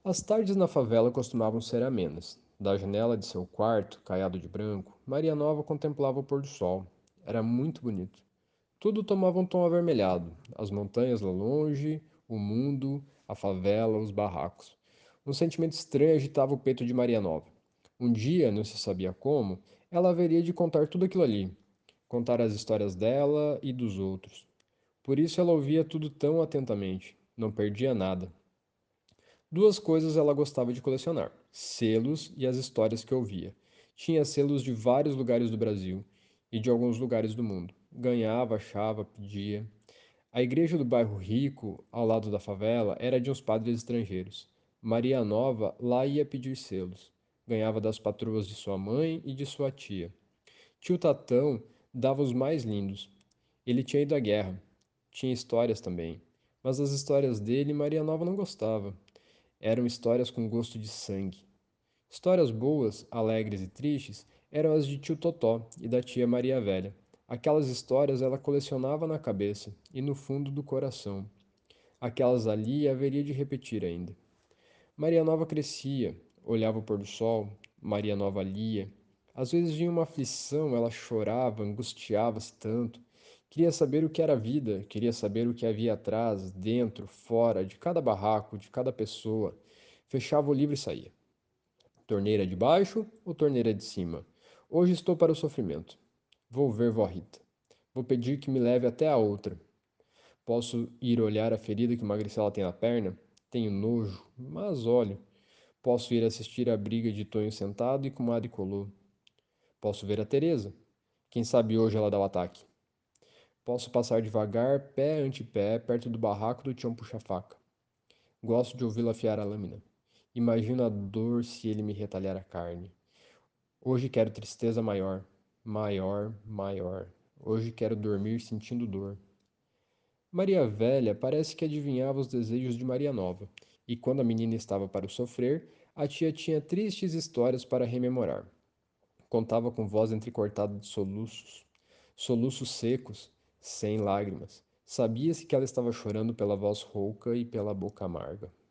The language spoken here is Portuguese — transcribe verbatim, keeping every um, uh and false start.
As tardes na favela costumavam ser amenas. Da janela de seu quarto, caiado de branco, Maria Nova contemplava o pôr do sol. Era muito bonito. Tudo tomava um tom avermelhado: as montanhas lá longe, o mundo, a favela, os barracos. Um sentimento estranho agitava o peito de Maria Nova. Um dia, não se sabia como, ela haveria de contar tudo aquilo ali, contar as histórias dela e dos outros. Por isso ela ouvia tudo tão atentamente, não perdia nada. Duas coisas ela gostava de colecionar: selos e as histórias que ouvia. Tinha selos de vários lugares do Brasil e de alguns lugares do mundo. Ganhava, achava, pedia. A igreja do bairro Rico, ao lado da favela, era de uns padres estrangeiros. Maria Nova lá ia pedir selos. Ganhava das patroas de sua mãe e de sua tia. Tio Tatão dava os mais lindos. Ele tinha ido à guerra. Tinha histórias também. Mas as histórias dele Maria Nova não gostava. Eram histórias com gosto de sangue. Histórias boas, alegres e tristes eram as de tio Totó e da tia Maria Velha. Aquelas histórias ela colecionava na cabeça e no fundo do coração. Aquelas ali haveria de repetir ainda. Maria Nova crescia, olhava o pôr do sol, Maria Nova lia. Às vezes vinha uma aflição, ela chorava, angustiava-se tanto. Queria saber o que era a vida, queria saber o que havia atrás, dentro, fora, de cada barraco, de cada pessoa. Fechava o livro e saía. Torneira de baixo ou torneira de cima? Hoje estou para o sofrimento. Vou ver vó Rita. Vou pedir que me leve até a outra. Posso ir olhar a ferida que o Magricela tem na perna? Tenho nojo, mas olho. Posso ir assistir à briga de Tonho sentado e comadre Colô. Posso ver a Teresa. Quem sabe hoje ela dá o ataque. Posso passar devagar, pé ante pé, perto do barraco do Tião Puxa-Faca. Gosto de ouvi-lo afiar a lâmina. Imagino a dor se ele me retalhar a carne. Hoje quero tristeza maior, maior, maior. Hoje quero dormir sentindo dor. Maria Velha parece que adivinhava os desejos de Maria Nova, e quando a menina estava para o sofrer, a tia tinha tristes histórias para rememorar. Contava com voz entrecortada de soluços, soluços secos, sem lágrimas. Sabia-se que ela estava chorando pela voz rouca e pela boca amarga.